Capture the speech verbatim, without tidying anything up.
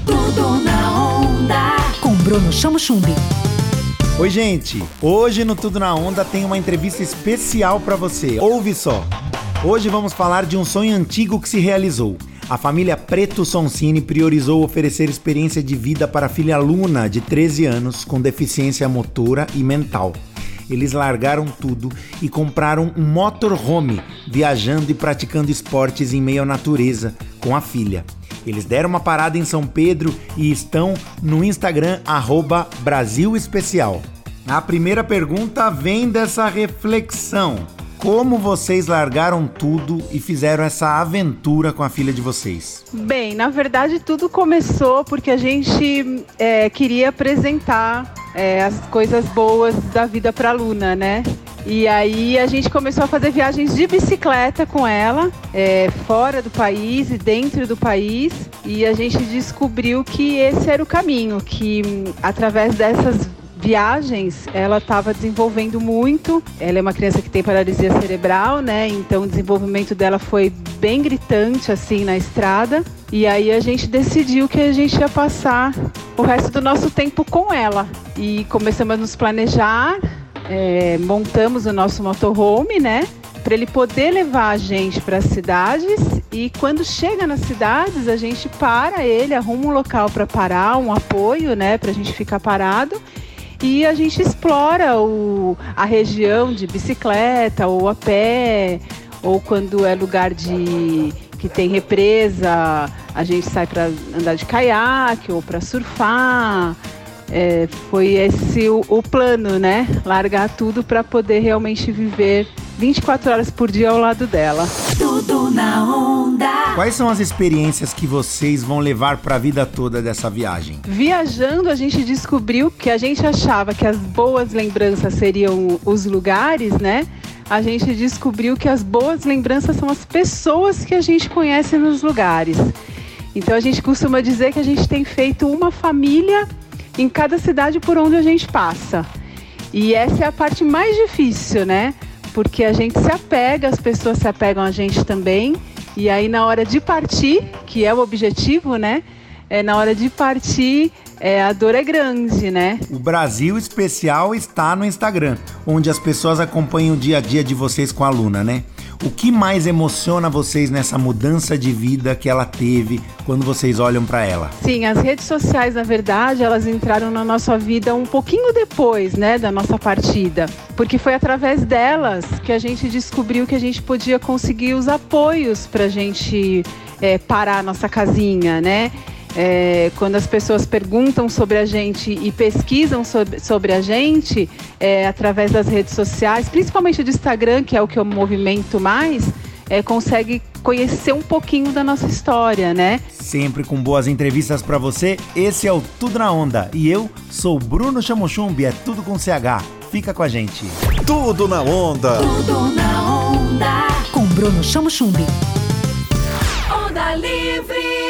Tudo na Onda. Com Bruno Chamo Chumbi. Oi, gente. Hoje no Tudo na Onda tem uma entrevista especial pra você. Ouve só. Hoje vamos falar de um sonho antigo que se realizou. A família Preto Soncini priorizou oferecer experiência de vida para a filha Luna, de treze anos, com deficiência motora e mental. Eles largaram tudo e compraram um motorhome, viajando e praticando esportes em meio à natureza, com a filha. Eles deram uma parada em São Pedro e estão no Instagram, arroba Brasil Especial. A primeira pergunta vem dessa reflexão. Como vocês largaram tudo e fizeram essa aventura com a filha de vocês? Bem, na verdade tudo começou porque a gente é, queria apresentar é, as coisas boas da vida para a Luna, né? E aí a gente começou a fazer viagens de bicicleta com ela, é, fora do país e dentro do país. E a gente descobriu que esse era o caminho, que através dessas viagens, ela estava desenvolvendo muito. Ela é uma criança que tem paralisia cerebral, né? Então o desenvolvimento dela foi bem gritante, assim, na estrada. E aí a gente decidiu que a gente ia passar o resto do nosso tempo com ela. E começamos a nos planejar, é, montamos o nosso motorhome, né? Para ele poder levar a gente para as cidades. E quando chega nas cidades, a gente para ele, arruma um local para parar, um apoio, né? Para a gente ficar parado. E a gente explora o, a região de bicicleta ou a pé, ou quando é lugar de, que tem represa, a gente sai para andar de caiaque ou para surfar. É, foi esse o, o plano, né? Largar tudo para poder realmente viver vinte e quatro horas por dia ao lado dela. Tudo na Onda. Quais são as experiências que vocês vão levar para a vida toda dessa viagem? Viajando, a gente descobriu que a gente achava que as boas lembranças seriam os lugares, né? A gente descobriu que as boas lembranças são as pessoas que a gente conhece nos lugares. Então a gente costuma dizer que a gente tem feito uma família em cada cidade por onde a gente passa. E essa é a parte mais difícil, né? Porque a gente se apega, as pessoas se apegam a gente também. E aí na hora de partir, que é o objetivo, né? É, na hora de partir, é, a dor é grande, né? O Brasil Especial está no Instagram, onde as pessoas acompanham o dia a dia de vocês com a Luna, né? O que mais emociona vocês nessa mudança de vida que ela teve quando vocês olham para ela? Sim, as redes sociais, na verdade, elas entraram na nossa vida um pouquinho depois, né, da nossa partida. Porque foi através delas que a gente descobriu que a gente podia conseguir os apoios para a gente é, parar a nossa casinha, né? É, quando as pessoas perguntam sobre a gente e pesquisam sobre, sobre a gente, é, através das redes sociais, principalmente do Instagram, que é o que eu movimento mais, é, consegue conhecer um pouquinho da nossa história, né? Sempre com boas entrevistas pra você, esse é o Tudo na Onda. E eu sou Bruno Chamo Chumbi, é tudo com C H. Fica com a gente. Tudo na Onda. Tudo na Onda. Com Bruno Chamo Chumbi. Onda Livre.